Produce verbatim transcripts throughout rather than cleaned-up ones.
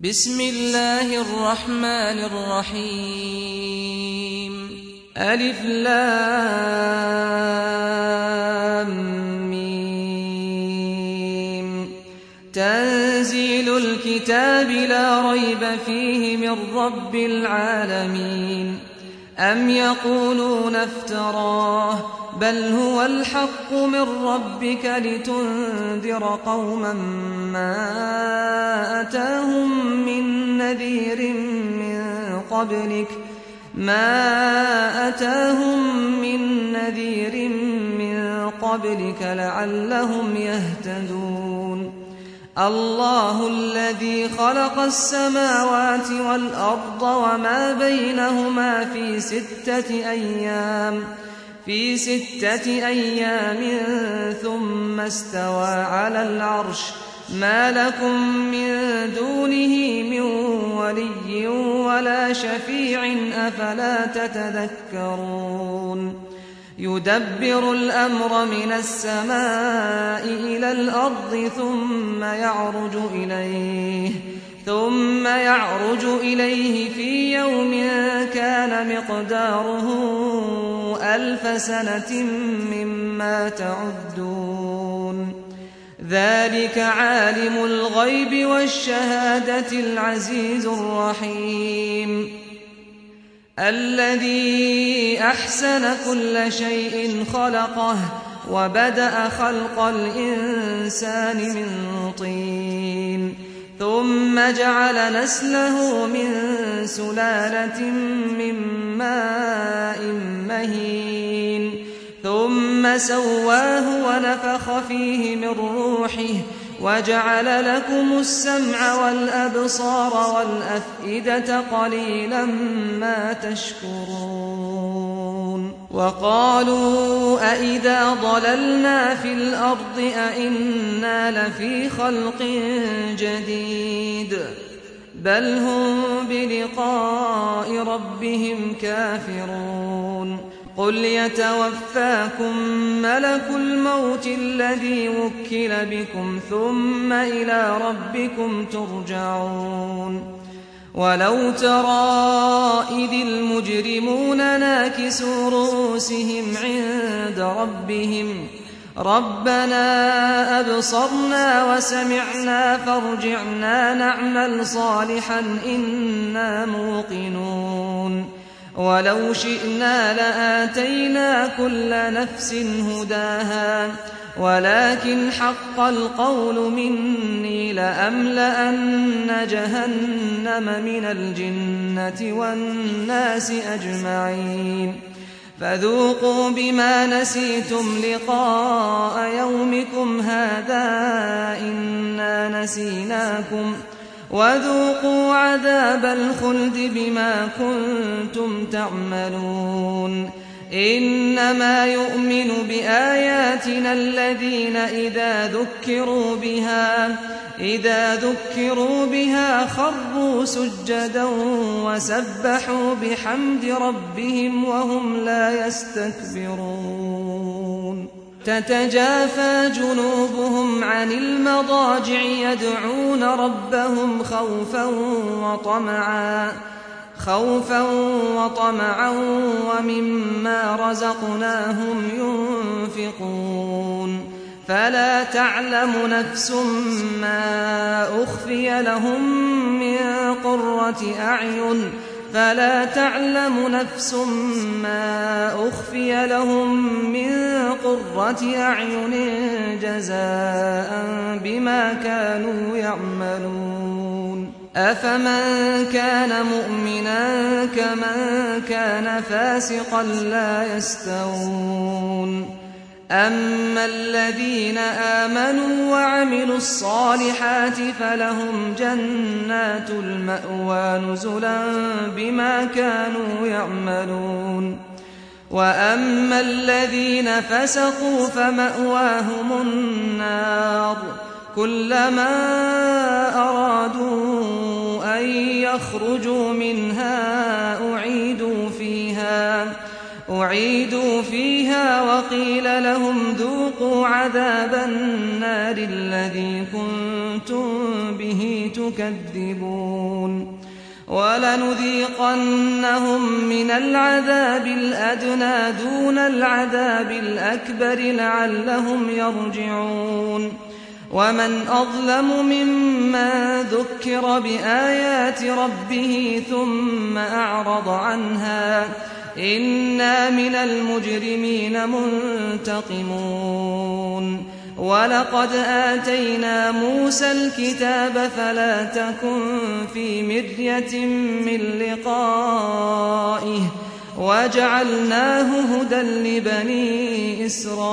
بسم الله الرحمن الرحيم ألف لام ميم تنزيل الكتاب لا ريب فيه من رب العالمين أم يقولون افتراه بل هو الحق من ربك لتنذر قوما ما أتاهم من نذير من قبلك ما أتاهم من نذير من قبلك لعلهم يهتدون الله الذي خلق السماوات والأرض وما بينهما في ستة أيام في ستة أيام ثم استوى على العرش ما لكم من دونه من ولي ولا شفيع أفلا تتذكرون يدبر الأمر من السماء إلى الأرض ثم يعرج إليه ثم يعرج إليه في يوم كان مقداره ألف سنة مما تعدون ذلك عالم الغيب والشهادة العزيز الرحيم الذي أحسن كل شيء خلقه وبدأ خلق الإنسان من طين ثم جعل نسله من سلالة من ماء مهين ثم سواه ونفخ فيه من روحه وجعل لكم السمع والأبصار والأفئدة قليلا ما تشكرون وقالوا أئذا ضللنا في الأرض أئنا لفي خلق جديد بل هم بلقاء ربهم كافرون قل يتوفاكم ملك الموت الذي وكل بكم ثم إلى ربكم ترجعون ولو ترى إذ المجرمون ناكسوا رؤوسهم عند ربهم ربنا أبصرنا وسمعنا فارجعنا نعمل صالحا إنا موقنون ولو شئنا لآتينا كل نفس هداها ولكن حق القول مني لأملأن جهنم من الجنة والناس أجمعين فذوقوا بما نسيتم لقاء يومكم هذا إنا نسيناكم وذوقوا عذاب الخلد بما كنتم تعملون إنما يؤمن بآياتنا الذين إذا ذكروا بها إذا ذكروا بها خروا سجدا وسبحوا بحمد ربهم وهم لا يستكبرون تتجافى جنوبهم عن المضاجع يدعون ربهم خوفا وطمعا خوفا وطمعا ومما رزقناهم ينفقون فلا تعلم نفس ما أخفي لهم من قرة أعين فلا تعلم نفس ما أخفي لهم من قرة أعين جزاء بما كانوا يعملون أفمن كان مؤمنا كمن كان فاسقا لا يستوون أما الذين آمنوا وعملوا الصالحات فلهم جنات المأوى نزلا بما كانوا يعملون وأما الذين فسقوا فمأواهم النار كلما أرادوا أن يخرجوا منها أعيدوا فيها أعيدوا فيها وقيل لهم ذوقوا عذاب النار الذي كنتم كنتم به تكذبون ولنذيقنهم من العذاب الأدنى دون العذاب الأكبر لعلهم يرجعون ومن أظلم ممن ذكر بآيات ربه ثم أعرض عنها إنا من المجرمين منتقمون ولقد آتينا موسى الكتاب فلا تكن في مرية من لقائه وجعلناه هدى لبني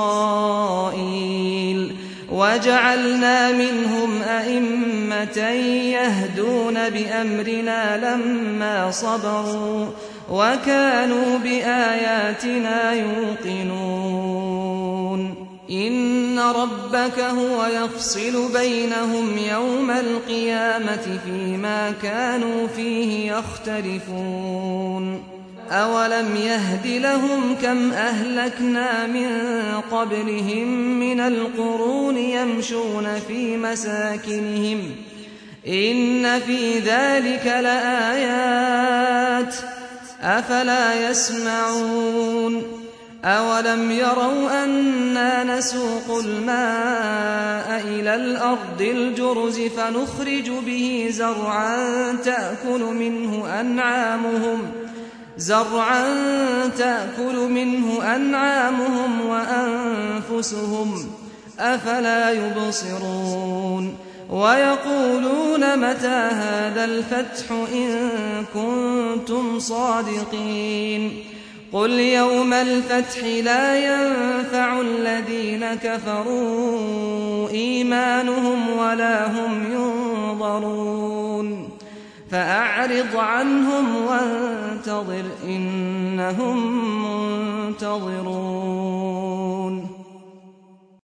إسرائيل وجعلنا منهم أئمة يهدون بأمرنا لما صبروا وكانوا بآياتنا يوقنون إن ربك هو يفصل بينهم يوم القيامة فيما كانوا فيه يختلفون أولم يهد لهم كم أهلكنا من قبلهم من القرون يمشون في مساكنهم إن في ذلك لآيات أفلا يسمعون أولم يروا أنا نسوق الماء إلى الأرض الجرز فنخرج به زرعا تأكل منه أنعامهم زرعا تأكل منه أنعامهم وأنفسهم أفلا يبصرون ويقولون متى هذا الفتح إن كنتم صادقين قل يوم الفتح لا ينفع الذين كفروا إيمانهم ولا هم ينظرون فأعرض عنهم وانتظر إنهم منتظرون